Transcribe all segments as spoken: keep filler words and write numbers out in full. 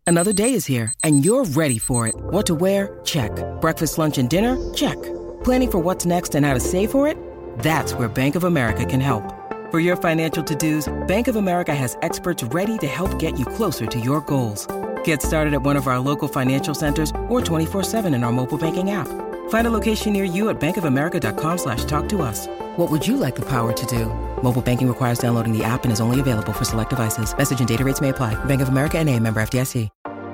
Another day is here, and you're ready for it. What to wear? Check. Breakfast, lunch, and dinner? Check. Planning for what's next and how to save for it? That's where Bank of America can help. For your financial to-dos, Bank of America has experts ready to help get you closer to your goals. Get started at one of our local financial centers or twenty-four seven in our mobile banking app. Find a location near you at bankofamerica.com slash talk to us. What would you like the power to do? Mobile banking requires downloading the app and is only available for select devices. Message and data rates may apply. Bank of America N A, member F D I C.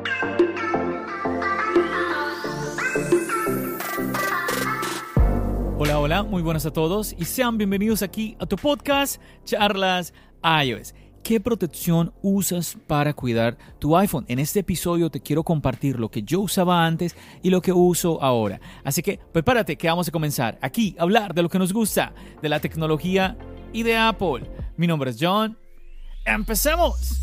Hola, hola, muy buenas a todos y sean bienvenidos aquí a tu podcast Charlas iOS. ¿Qué protección usas para cuidar tu iPhone? En este episodio te quiero compartir lo que yo usaba antes y lo que uso ahora. Así que prepárate que vamos a comenzar aquí a hablar de lo que nos gusta, de la tecnología y de Apple. Mi nombre es John. ¡Empecemos!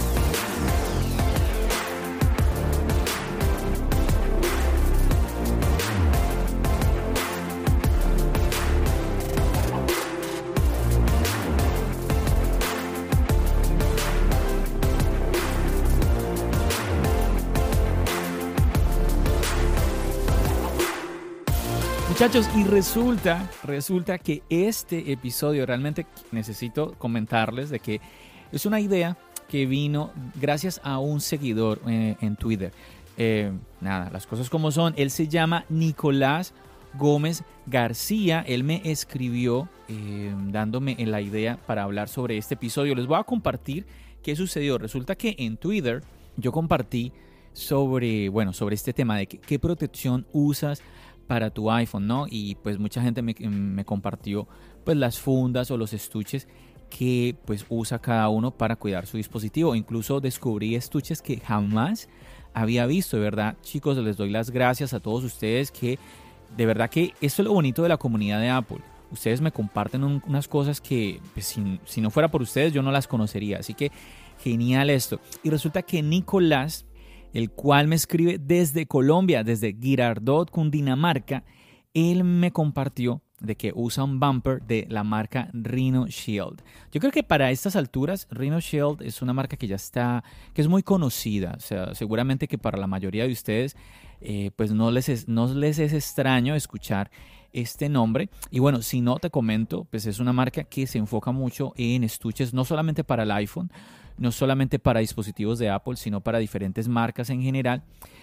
Muchachos, y resulta, resulta que este episodio realmente necesito comentarles de que es una idea que vino gracias a un seguidor eh, en Twitter. Eh, nada, las cosas como son. Él se llama Nicolás Gómez García. Él me escribió eh, dándome la idea para hablar sobre este episodio. Les voy a compartir qué sucedió. Resulta que en Twitter yo compartí sobre, bueno, sobre este tema de que, qué protección usas para tu iPhone, ¿no? Y pues mucha gente me, me compartió pues las fundas o los estuches que pues usa cada uno para cuidar su dispositivo. Incluso descubrí estuches que jamás había visto, de verdad. Chicos, les doy las gracias a todos ustedes que de verdad que esto es lo bonito de la comunidad de Apple. Ustedes me comparten un, unas cosas que pues, si, si no fuera por ustedes yo no las conocería. Así que genial esto. Y resulta que Nicolás, el cual me escribe desde Colombia, desde Girardot, Cundinamarca, él me compartió de que usa un bumper de la marca Rhino Shield. Yo creo que para estas alturas Rhino Shield es una marca que ya está, que es muy conocida. O sea, seguramente que para la mayoría de ustedes eh, pues no les, es, no les es extraño escuchar este nombre. Y bueno, si no te comento, pues es una marca que se enfoca mucho en estuches, no solamente para el iPhone, no solamente para dispositivos de Apple, sino para diferentes marcas en general.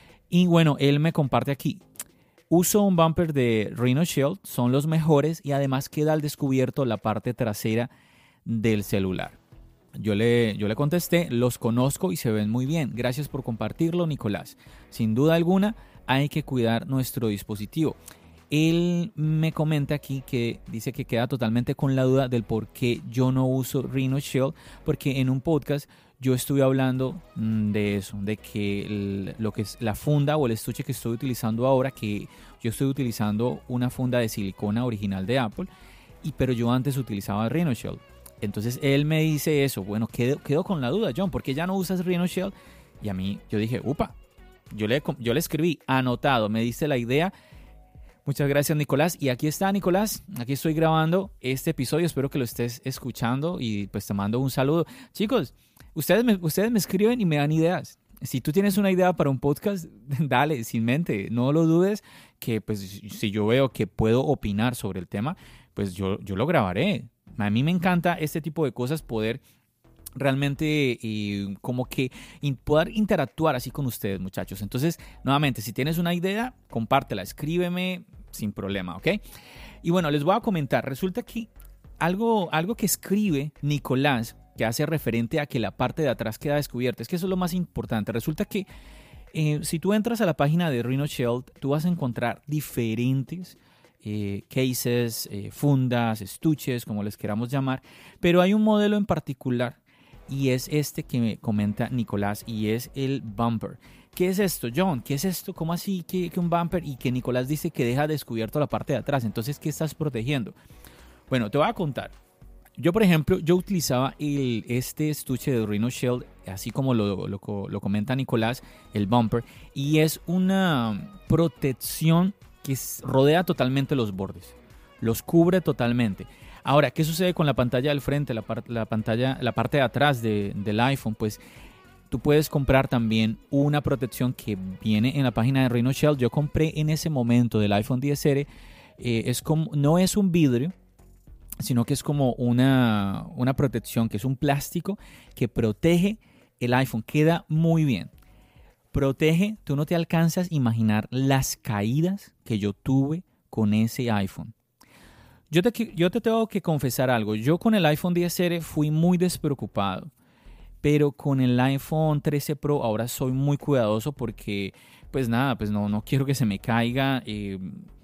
Y bueno, él me comparte aquí. Uso un bumper de Rhino Shield, son los mejores y además queda al descubierto la parte trasera del celular. Yo le, yo le contesté, los conozco y se ven muy bien. Gracias por compartirlo, Nicolás. Sin duda alguna, hay que cuidar nuestro dispositivo. Él me comenta aquí que dice que queda totalmente con la duda del por qué yo no uso Rhino Shield, porque en un podcast yo estuve hablando de eso, de que el, lo que es la funda o el estuche que estoy utilizando ahora, que yo estoy utilizando una funda de silicona original de Apple, y, pero yo antes utilizaba Rhino Shield. Entonces él me dice eso, bueno, quedo, quedo con la duda, John, ¿por qué ya no usas Rhino Shield? Y a mí, yo dije, upa, yo le, yo le escribí, anotado, me diste la idea. Muchas gracias, Nicolás. Y aquí está, Nicolás. Aquí estoy grabando este episodio. Espero que lo estés escuchando y pues te mando un saludo. Chicos, ustedes me, ustedes me escriben y me dan ideas. Si tú tienes una idea para un podcast, dale, sin mente. No lo dudes que pues si yo veo que puedo opinar sobre el tema, pues yo, yo lo grabaré. A mí me encanta este tipo de cosas, poder realmente eh, como que in, poder interactuar así con ustedes, muchachos. Entonces, nuevamente, si tienes una idea, compártela, escríbeme sin problema, ¿ok? Y bueno, les voy a comentar. Resulta que algo, algo que escribe Nicolás, que hace referente a que la parte de atrás queda descubierta, es que eso es lo más importante. Resulta que eh, si tú entras a la página de Rhino Shield, tú vas a encontrar diferentes Eh, cases, eh, fundas, estuches, como les queramos llamar, pero hay un modelo en particular y es este que me comenta Nicolás y es el bumper. ¿Qué es esto, John? ¿Qué es esto? ¿Cómo así que, que un bumper? Y que Nicolás dice que deja descubierto la parte de atrás. Entonces, ¿qué estás protegiendo? Bueno, te voy a contar. Yo, por ejemplo, yo utilizaba el, este estuche de Rhino Shield, así como lo, lo, lo comenta Nicolás, el bumper, y es una protección que rodea totalmente los bordes, los cubre totalmente. Ahora, ¿qué sucede con la pantalla del frente, la, par- la, pantalla, la parte de atrás de, del iPhone? Pues tú puedes comprar también una protección que viene en la página de RhinoShield. Yo compré en ese momento del iPhone diez R. Eh, es como, no es un vidrio, sino que es como una, una protección que es un plástico que protege el iPhone. Queda muy bien. Protege, tú no te alcanzas a imaginar las caídas que yo tuve con ese iPhone. Yo te, yo te tengo que confesar algo. Yo con el iPhone diez R fui muy despreocupado, pero con el iPhone trece Pro ahora soy muy cuidadoso porque, pues nada, pues no, no quiero que se me caiga. Eh,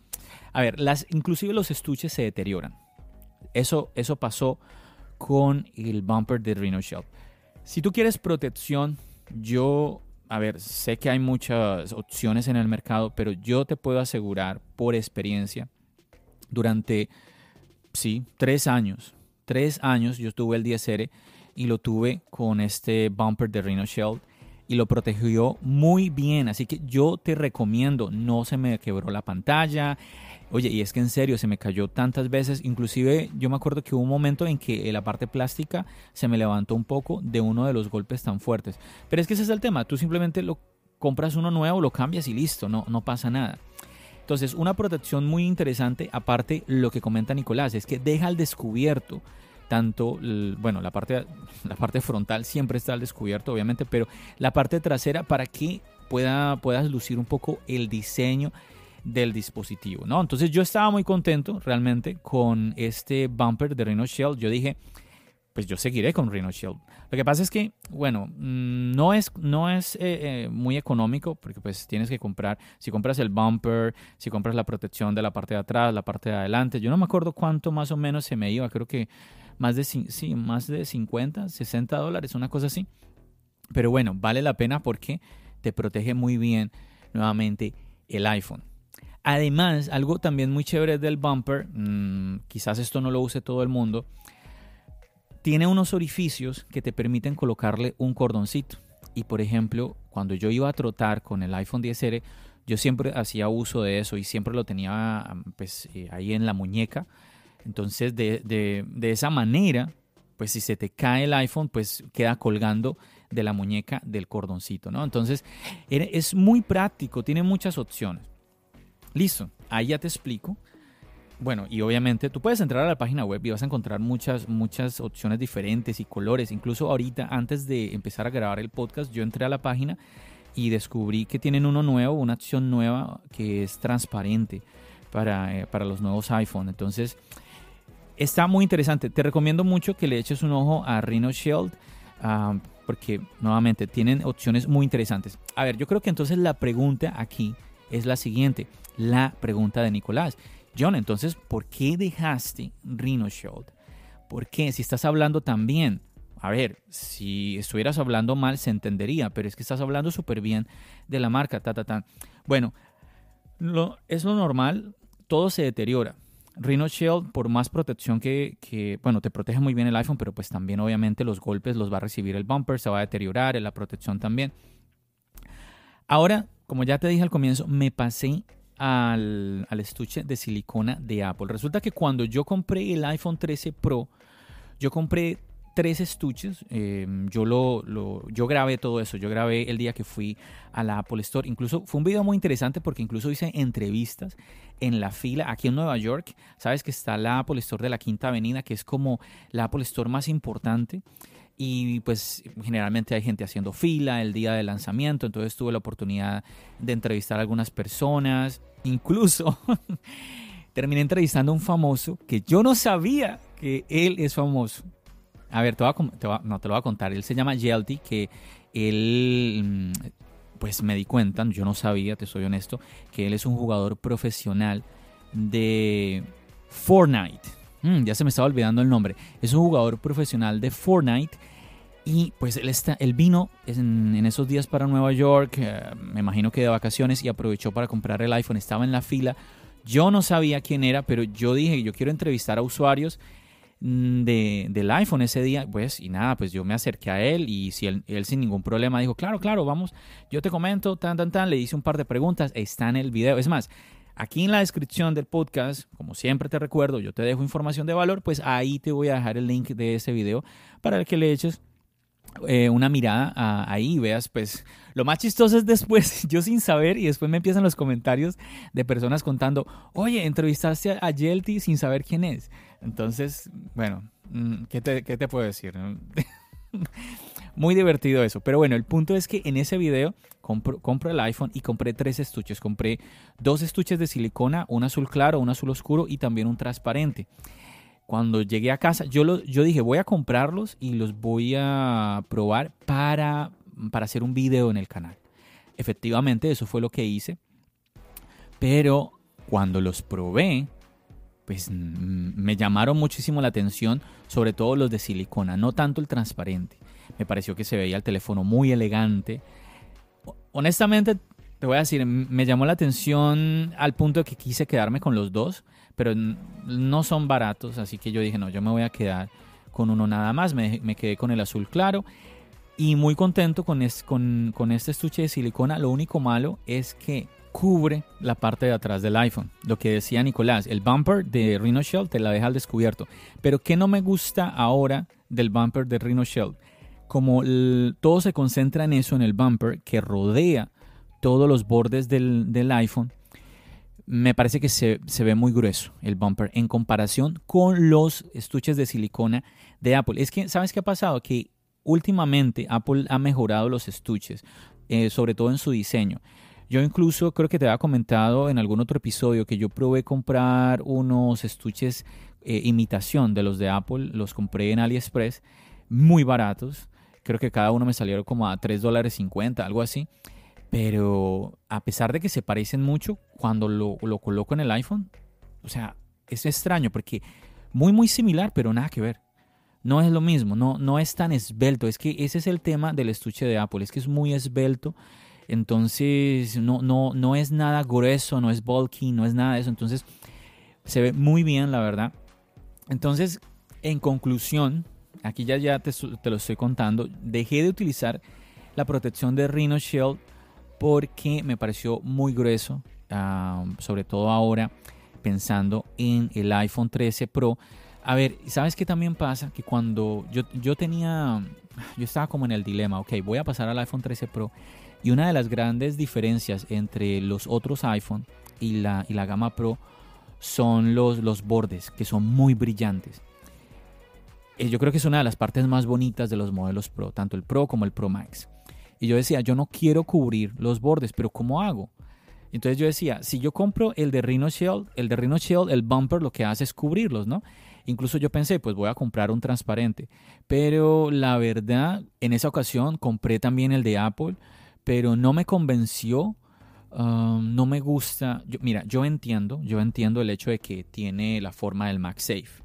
a ver, las, inclusive los estuches se deterioran. Eso, eso pasó con el bumper de RhinoShield. Si tú quieres protección, yo... A ver, sé que hay muchas opciones en el mercado, pero yo te puedo asegurar por experiencia, durante, sí, tres años, tres años yo tuve el diez R y lo tuve con este bumper de RhinoShield y lo protegió muy bien. Así que yo te recomiendo, no se me quebró la pantalla. Oye, y es que en serio, se me cayó tantas veces. Inclusive yo me acuerdo que hubo un momento en que la parte plástica se me levantó un poco de uno de los golpes tan fuertes. Pero es que ese es el tema. Tú simplemente lo compras uno nuevo, lo cambias y listo. No, no pasa nada. Entonces, una protección muy interesante, aparte lo que comenta Nicolás, es que deja al descubierto tanto, bueno, la parte, la parte frontal siempre está al descubierto, obviamente, pero la parte trasera para que pueda, puedas lucir un poco el diseño del dispositivo, ¿no? Entonces yo estaba muy contento realmente con este bumper de RhinoShield. Yo dije, pues yo seguiré con RhinoShield. Lo que pasa es que, bueno, no es, no es eh, eh, muy económico porque pues tienes que comprar, si compras el bumper, si compras la protección de la parte de atrás, la parte de adelante. Yo no me acuerdo cuánto más o menos se me iba, creo que más de, sí, más de cincuenta, sesenta dólares, una cosa así. Pero bueno, vale la pena porque te protege muy bien nuevamente el iPhone. Además, algo también muy chévere del bumper, mmm, quizás esto no lo use todo el mundo, tiene unos orificios que te permiten colocarle un cordoncito. Y por ejemplo, cuando yo iba a trotar con el iPhone diez R, yo siempre hacía uso de eso y siempre lo tenía pues, eh, ahí en la muñeca. Entonces, de, de, de esa manera, pues si se te cae el iPhone, pues queda colgando de la muñeca del cordoncito, ¿no? Entonces, es muy práctico, tiene muchas opciones. Listo, ahí ya te explico. Bueno, y obviamente tú puedes entrar a la página web y vas a encontrar muchas, muchas opciones diferentes y colores. Incluso ahorita, antes de empezar a grabar el podcast, yo entré a la página y descubrí que tienen uno nuevo, una opción nueva que es transparente para, eh, para los nuevos iPhone. Entonces, está muy interesante. Te recomiendo mucho que le eches un ojo a RhinoShield uh, porque, nuevamente, tienen opciones muy interesantes. A ver, yo creo que entonces la pregunta aquí es la siguiente. La pregunta de Nicolás. John, entonces, ¿por qué dejaste RhinoShield? ¿Por qué? Si estás hablando tan bien. A ver, si estuvieras hablando mal se entendería, pero es que estás hablando súper bien de la marca. Ta, ta, ta. Bueno, lo, es lo normal, todo se deteriora. RhinoShield, por más protección que, que, bueno, te protege muy bien el iPhone, pero pues también obviamente los golpes los va a recibir el bumper, se va a deteriorar, la protección también. Ahora, como ya te dije al comienzo, me pasé Al, al estuche de silicona de Apple. Resulta que cuando yo compré el iPhone trece Pro, yo compré tres estuches. Eh, yo, lo, lo, yo grabé todo eso. Yo grabé el día que fui a la Apple Store. Incluso fue un video muy interesante porque incluso hice entrevistas en la fila aquí en Nueva York. Sabes que está la Apple Store de la Quinta Avenida, que es como la Apple Store más importante. Y pues generalmente hay gente haciendo fila el día del lanzamiento, entonces tuve la oportunidad de entrevistar a algunas personas. Incluso terminé entrevistando a un famoso que yo no sabía que él es famoso. A ver, te voy a, te voy a, no te lo voy a contar. Él se llama Yelty, que él, pues me di cuenta, yo no sabía, te soy honesto, que él es un jugador profesional de Fortnite. Mm, ya se me estaba olvidando el nombre. Es un jugador profesional de Fortnite. Y pues él, está, él vino en, en esos días para Nueva York, eh, me imagino que de vacaciones, y aprovechó para comprar el iPhone. Estaba en la fila. Yo no sabía quién era, pero yo dije, yo quiero entrevistar a usuarios de, del iPhone ese día. Pues, y nada, pues yo me acerqué a él y si él, él sin ningún problema dijo, claro, claro, vamos, yo te comento, tan, tan, tan. Le hice un par de preguntas, está en el video. Es más, aquí en la descripción del podcast, como siempre te recuerdo, yo te dejo información de valor, pues ahí te voy a dejar el link de ese video para que le eches eh, una mirada a, ahí, veas, pues lo más chistoso es después, yo sin saber, y después me empiezan los comentarios de personas contando, oye, entrevistaste a Yelty sin saber quién es. Entonces, bueno, ¿qué te, qué te puedo decir? Muy divertido eso. Pero bueno, el punto es que en ese video compro, compro el iPhone y compré tres estuches. Compré dos estuches de silicona, un azul claro, un azul oscuro y también un transparente. Cuando llegué a casa, yo, lo, yo dije, voy a comprarlos y los voy a probar para, para hacer un video en el canal. Efectivamente, eso fue lo que hice. Pero cuando los probé, pues me llamaron muchísimo la atención, sobre todo los de silicona, no tanto el transparente. Me pareció que se veía el teléfono muy elegante. Honestamente, te voy a decir, me llamó la atención al punto de que quise quedarme con los dos, pero no son baratos, así que yo dije, no, yo me voy a quedar con uno nada más. Me, me quedé con el azul claro y muy contento con, es, con, con este estuche de silicona. Lo único malo es que cubre la parte de atrás del iPhone. Lo que decía Nicolás, el bumper de Rhino Shield te la deja al descubierto. Pero ¿qué no me gusta ahora del bumper de Rhino Shield? Como el, todo se concentra en eso, en el bumper que rodea todos los bordes del, del iPhone, me parece que se, se ve muy grueso el bumper en comparación con los estuches de silicona de Apple. Es que, ¿sabes qué ha pasado? Que últimamente Apple ha mejorado los estuches, eh, sobre todo en su diseño. Yo incluso creo que te había comentado en algún otro episodio que yo probé comprar unos estuches eh, imitación de los de Apple. Los compré en AliExpress, muy baratos. Creo que cada uno me salieron como a tres dólares cincuenta, algo así. Pero a pesar de que se parecen mucho, cuando lo, lo coloco en el iPhone, o sea, es extraño porque muy, muy similar, pero nada que ver. No es lo mismo, no, no es tan esbelto. Es que ese es el tema del estuche de Apple, es que es muy esbelto. Entonces no, no, no es nada grueso, no es bulky, no es nada de eso. Entonces se ve muy bien, la verdad. Entonces, en conclusión, aquí ya, ya te, te lo estoy contando, dejé de utilizar la protección de Rhino Shield porque me pareció muy grueso, uh, sobre todo ahora pensando en el iPhone trece Pro. A ver, ¿sabes qué también pasa? Que cuando yo, yo tenía, yo estaba como en el dilema, ok, voy a pasar al iPhone trece Pro, y una de las grandes diferencias entre los otros iPhone y la, y la gama Pro son los, los bordes, que son muy brillantes. Yo creo que es una de las partes más bonitas de los modelos Pro, tanto el Pro como el Pro Max. Y yo decía, yo no quiero cubrir los bordes, pero ¿cómo hago? Entonces yo decía, si yo compro el de Rhino Shield, el de Rhino Shield, el bumper lo que hace es cubrirlos, ¿no? Incluso yo pensé, pues voy a comprar un transparente. Pero la verdad, en esa ocasión compré también el de Apple, pero no me convenció, um, no me gusta. Yo, mira, yo entiendo, yo entiendo el hecho de que tiene la forma del MagSafe,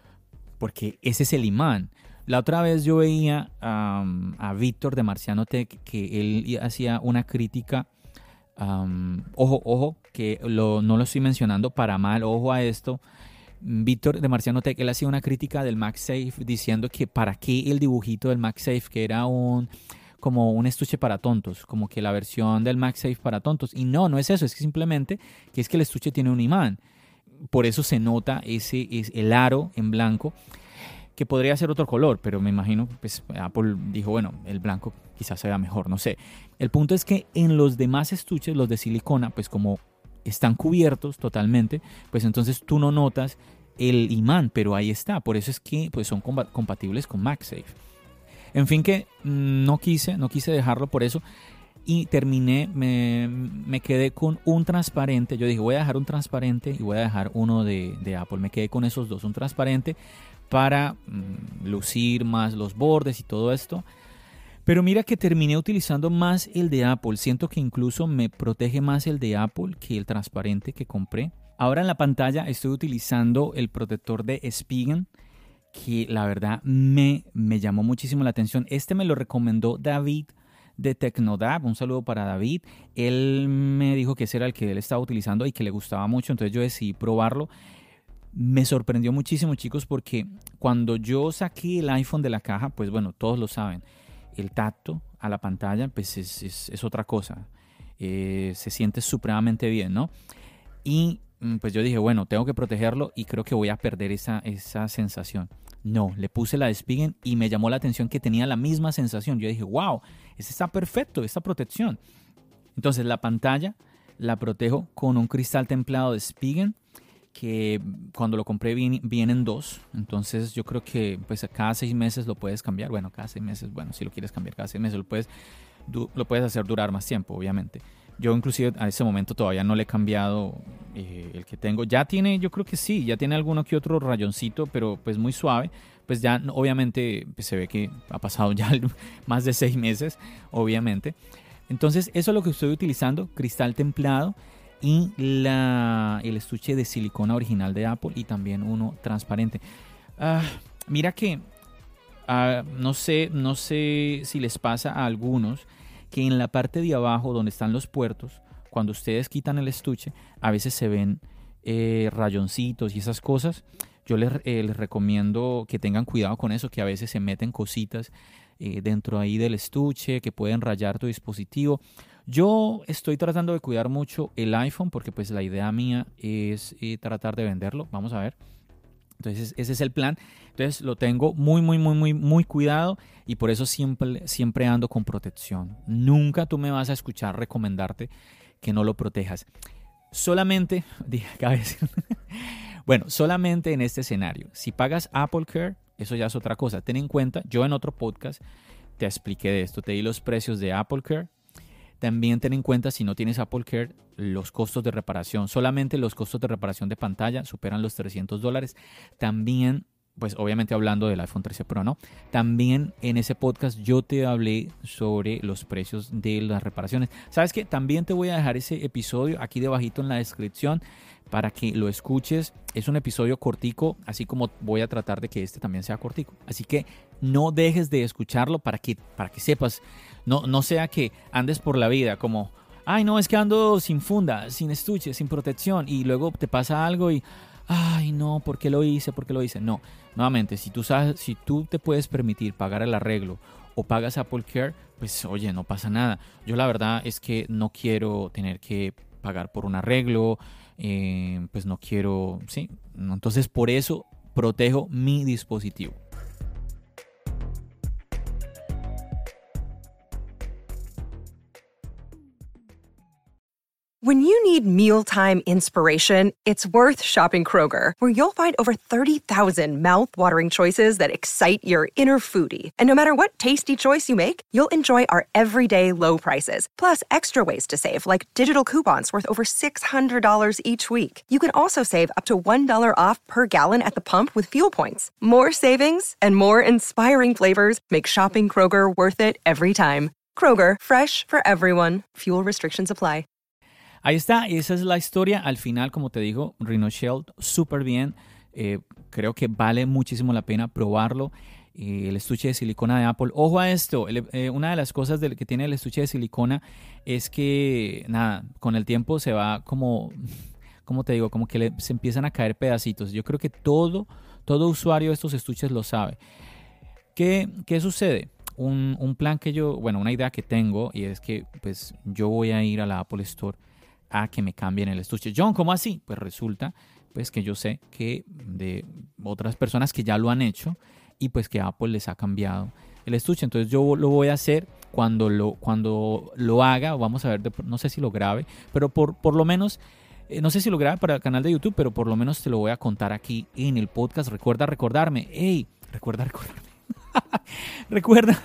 porque ese es el imán. La otra vez yo veía um, a Víctor de Marciano Tech que él hacía una crítica, um, ojo, ojo, que lo, no lo estoy mencionando para mal, ojo a esto. Víctor de Marciano Tech, él hacía una crítica del MagSafe diciendo que para qué el dibujito del MagSafe, que era un como un estuche para tontos, como que la versión del MagSafe para tontos. Y no, no es eso, es que simplemente que es que el estuche tiene un imán. Por eso se nota ese, es el aro en blanco, que podría ser otro color, pero me imagino, pues Apple dijo, bueno, el blanco quizás sea mejor, no sé. El punto es que en los demás estuches, los de silicona, pues como están cubiertos totalmente, pues entonces tú no notas el imán, pero ahí está. Por eso es que pues son compa- compatibles con MagSafe. En fin, que no quise, no quise dejarlo por eso. Y terminé, me, me quedé con un transparente. Yo dije, voy a dejar un transparente y voy a dejar uno de, de Apple. Me quedé con esos dos, un transparente para mmm, lucir más los bordes y todo esto. Pero mira que terminé utilizando más el de Apple. Siento que incluso me protege más el de Apple que el transparente que compré. Ahora en la pantalla estoy utilizando el protector de Spigen, que la verdad me, me llamó muchísimo la atención. Este me lo recomendó David de Tecnodab. Un saludo para David. Él me dijo que ese era el que él estaba utilizando y que le gustaba mucho, entonces yo decidí probarlo. Me sorprendió muchísimo, chicos, porque cuando yo saqué el iPhone de la caja, pues bueno, todos lo saben, el tacto a la pantalla pues es, es, es otra cosa. Eh, se siente supremamente bien, ¿no? Y pues yo dije, bueno, tengo que protegerlo y creo que voy a perder esa, esa sensación. No, le puse la de Spigen y me llamó la atención que tenía la misma sensación. Yo dije, wow, este está perfecto, esta protección. Entonces la pantalla la protejo con un cristal templado de Spigen, que cuando lo compré vienen, vienen dos. Entonces yo creo que pues cada seis meses lo puedes cambiar. Bueno, cada seis meses, bueno, si lo quieres cambiar cada seis meses lo puedes, du, lo puedes hacer durar más tiempo, obviamente. Yo inclusive a ese momento todavía no le he cambiado eh, el que tengo. Ya tiene, yo creo que sí, ya tiene alguno que otro rayoncito, pero pues muy suave. Pues ya obviamente pues se ve que ha pasado ya más de seis meses, obviamente. Entonces eso es lo que estoy utilizando, cristal templado y la, el estuche de silicona original de Apple y también uno transparente. Uh, mira que uh, no sé, no sé si les pasa a algunos que en la parte de abajo donde están los puertos, cuando ustedes quitan el estuche, a veces se ven eh, rayoncitos y esas cosas. Yo les, eh, les recomiendo que tengan cuidado con eso, que a veces se meten cositas eh, dentro ahí del estuche que pueden rayar tu dispositivo. Yo estoy tratando de cuidar mucho el iPhone porque pues la idea mía es eh, tratar de venderlo. Vamos a ver. Entonces ese es el plan. Entonces lo tengo muy, muy, muy, muy, muy cuidado y por eso siempre, siempre ando con protección. Nunca tú me vas a escuchar recomendarte que no lo protejas. Solamente, dije cabeza. Bueno, solamente en este escenario. Si pagas Apple Care, eso ya es otra cosa. Ten en cuenta, yo en otro podcast te expliqué de esto. Te di los precios de Apple Care. También ten en cuenta, si no tienes Apple Care, los costos de reparación. Solamente los costos de reparación de pantalla superan los trescientos dólares. También, pues obviamente hablando del iPhone trece Pro, ¿no? También en ese podcast yo te hablé sobre los precios de las reparaciones. ¿Sabes qué? También te voy a dejar ese episodio aquí debajito en la descripción para que lo escuches. Es un episodio cortico, así como voy a tratar de que este también sea cortico. Así que no dejes de escucharlo para que, para que sepas. No, no sea que andes por la vida como, ay no, es que ando sin funda, sin estuche, sin protección y luego te pasa algo y, ay no, ¿por qué lo hice? ¿Por qué lo hice? No, nuevamente, si tú sabes, si tú te puedes permitir pagar el arreglo o pagas Apple Care, pues oye, no pasa nada. Yo la verdad es que no quiero tener que pagar por un arreglo, eh, pues no quiero, sí, entonces por eso protejo mi dispositivo. When you need mealtime inspiration, it's worth shopping Kroger, where you'll find over thirty thousand mouth-watering choices that excite your inner foodie. And no matter what tasty choice you make, you'll enjoy our everyday low prices, plus extra ways to save, like digital coupons worth over six hundred dollars each week. You can also save up to one dollar off per gallon at the pump with fuel points. More savings and more inspiring flavors make shopping Kroger worth it every time. Kroger, fresh for everyone. Fuel restrictions apply. Ahí está, esa es la historia. Al final, como te digo, Rhino-Shield súper bien. Eh, creo que vale muchísimo la pena probarlo. Eh, el estuche de silicona de Apple. Ojo a esto, el, eh, una de las cosas del que tiene el estuche de silicona es que, nada, con el tiempo se va como, como te digo, como que le, se empiezan a caer pedacitos. Yo creo que todo, todo usuario de estos estuches lo sabe. ¿Qué, qué sucede? Un, un plan que yo, bueno, una idea que tengo y es que pues yo voy a ir a la Apple Store a que me cambien el estuche. John, ¿cómo así? Pues resulta pues que yo sé que de otras personas que ya lo han hecho y pues que Apple les ha cambiado el estuche. Entonces yo lo voy a hacer cuando lo, cuando lo haga. Vamos a ver, no sé si lo grabe, pero por, por lo menos, eh, no sé si lo grabe para el canal de YouTube, pero por lo menos te lo voy a contar aquí en el podcast. Recuerda recordarme. Hey, recuerda recordarme. Recuerda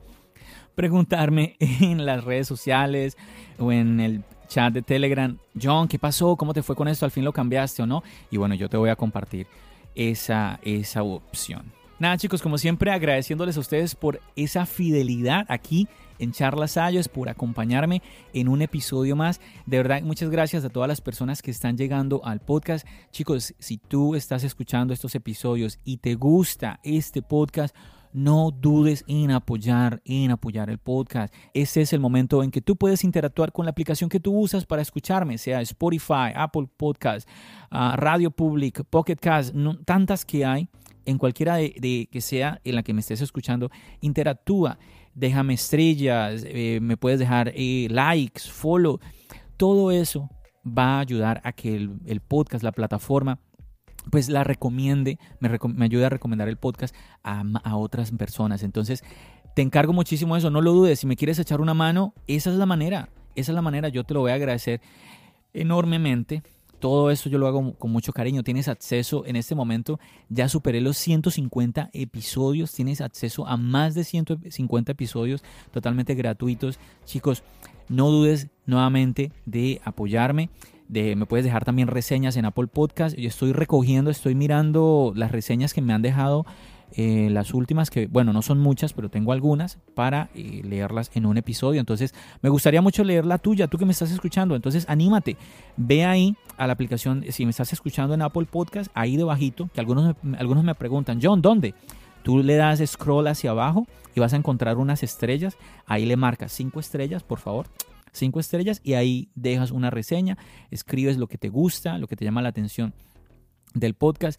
preguntarme en las redes sociales o en el chat de Telegram, John, ¿qué pasó? ¿Cómo te fue con esto? ¿Al fin lo cambiaste o no? Y bueno, yo te voy a compartir esa, esa opción. Nada, chicos, como siempre, agradeciéndoles a ustedes por esa fidelidad aquí en Charlas iOS, por acompañarme en un episodio más. De verdad, muchas gracias a todas las personas que están llegando al podcast. Chicos, si tú estás escuchando estos episodios y te gusta este podcast, no dudes en apoyar, en apoyar el podcast. Este es el momento en que tú puedes interactuar con la aplicación que tú usas para escucharme, sea Spotify, Apple Podcast, uh, Radio Public, Pocket Cast, no, tantas que hay. En cualquiera de, de que sea en la que me estés escuchando, interactúa, déjame estrellas, eh, me puedes dejar eh, likes, follow. Todo eso va a ayudar a que el, el podcast, la plataforma, pues la recomiende, me, reco- me ayude a recomendar el podcast a, a otras personas. Entonces, te encargo muchísimo eso, no lo dudes. Si me quieres echar una mano, esa es la manera, esa es la manera. Yo te lo voy a agradecer enormemente. Todo esto yo lo hago con mucho cariño. Tienes acceso en este momento, ya superé los ciento cincuenta episodios, tienes acceso a más de ciento cincuenta episodios totalmente gratuitos. Chicos, no dudes nuevamente de apoyarme. De, me puedes dejar también reseñas en Apple Podcast. Yo estoy recogiendo, estoy mirando las reseñas que me han dejado, eh, las últimas, que bueno, no son muchas, pero tengo algunas para eh, leerlas en un episodio. Entonces me gustaría mucho leer la tuya, tú que me estás escuchando. Entonces anímate, ve ahí a la aplicación, si me estás escuchando en Apple Podcast, ahí debajito, que algunos, algunos me preguntan, John, ¿dónde? Tú le das scroll hacia abajo y vas a encontrar unas estrellas, ahí le marcas cinco estrellas, por favor. Cinco estrellas y ahí dejas una reseña, escribes lo que te gusta, lo que te llama la atención del podcast.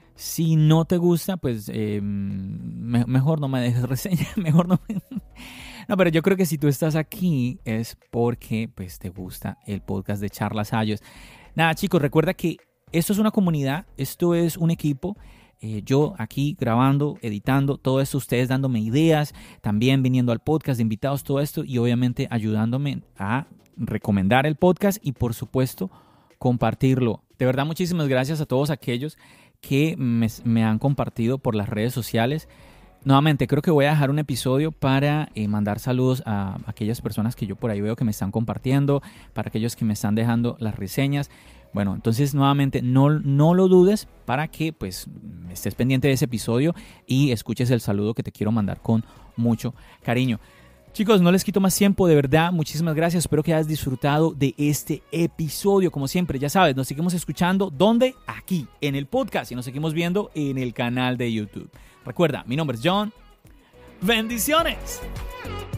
Si no te gusta, pues eh, me, mejor no me dejes reseña, mejor no me... No, pero yo creo que si tú estás aquí es porque pues te gusta el podcast de Charlas Ayos. Nada, chicos, recuerda que esto es una comunidad, esto es un equipo. Eh, yo aquí grabando, editando, todo esto, ustedes dándome ideas, también viniendo al podcast de invitados, todo esto, y obviamente ayudándome a recomendar el podcast y por supuesto compartirlo. De verdad, muchísimas gracias a todos aquellos que me, me han compartido por las redes sociales. Nuevamente, creo que voy a dejar un episodio para eh, mandar saludos a aquellas personas que yo por ahí veo que me están compartiendo, para aquellos que me están dejando las reseñas. Bueno, entonces nuevamente no, no lo dudes para que pues estés pendiente de ese episodio y escuches el saludo que te quiero mandar con mucho cariño. Chicos, no les quito más tiempo, de verdad, muchísimas gracias. Espero que hayas disfrutado de este episodio. Como siempre, ya sabes, nos seguimos escuchando. ¿Dónde? Aquí, en el podcast, y nos seguimos viendo en el canal de YouTube. Recuerda, mi nombre es John. ¡Bendiciones!